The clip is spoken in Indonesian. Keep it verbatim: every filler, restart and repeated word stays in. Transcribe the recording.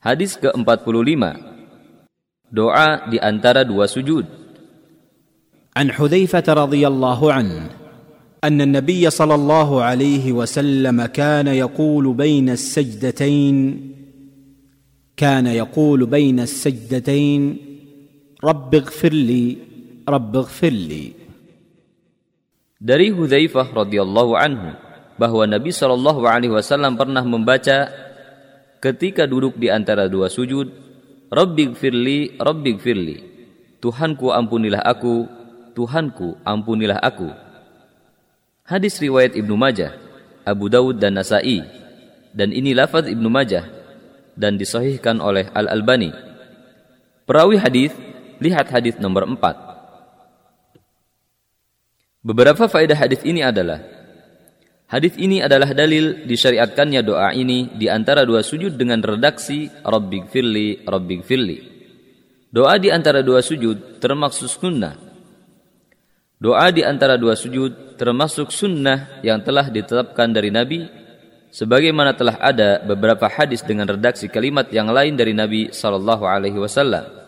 Hadis ke empat puluh lima. Doa di antara dua sujud. An Hudzaifah radhiyallahu anhu أن النبي صلى الله عليه وسلم كان يقول بين السجدتين كان يقول بين السجدتين رب اغفر لي رب اغفر لي. Dari Hudzaifah radhiyallahu anhu bahwa Nabi sallallahu alaihi wasallam pernah membaca ketika duduk di antara dua sujud, Rabbighfirli Rabbighfirli, Tuhanku ampunilah aku, Tuhanku ampunilah aku. Hadis riwayat Ibnu Majah, Abu Dawud dan Nasa'i, dan ini lafaz Ibnu Majah dan disahihkan oleh Al-Albani. Perawi hadis, lihat hadis nomor empat. Beberapa faedah hadis ini adalah: hadis ini adalah dalil disyariatkannya doa ini di antara dua sujud dengan redaksi Rabbighfirli Rabbighfirli. Doa di antara dua sujud termasuk sunnah. Doa di antara dua sujud termasuk sunnah yang telah ditetapkan dari Nabi, sebagaimana telah ada beberapa hadis dengan redaksi kalimat yang lain dari Nabi sallallahu alaihi wasallam.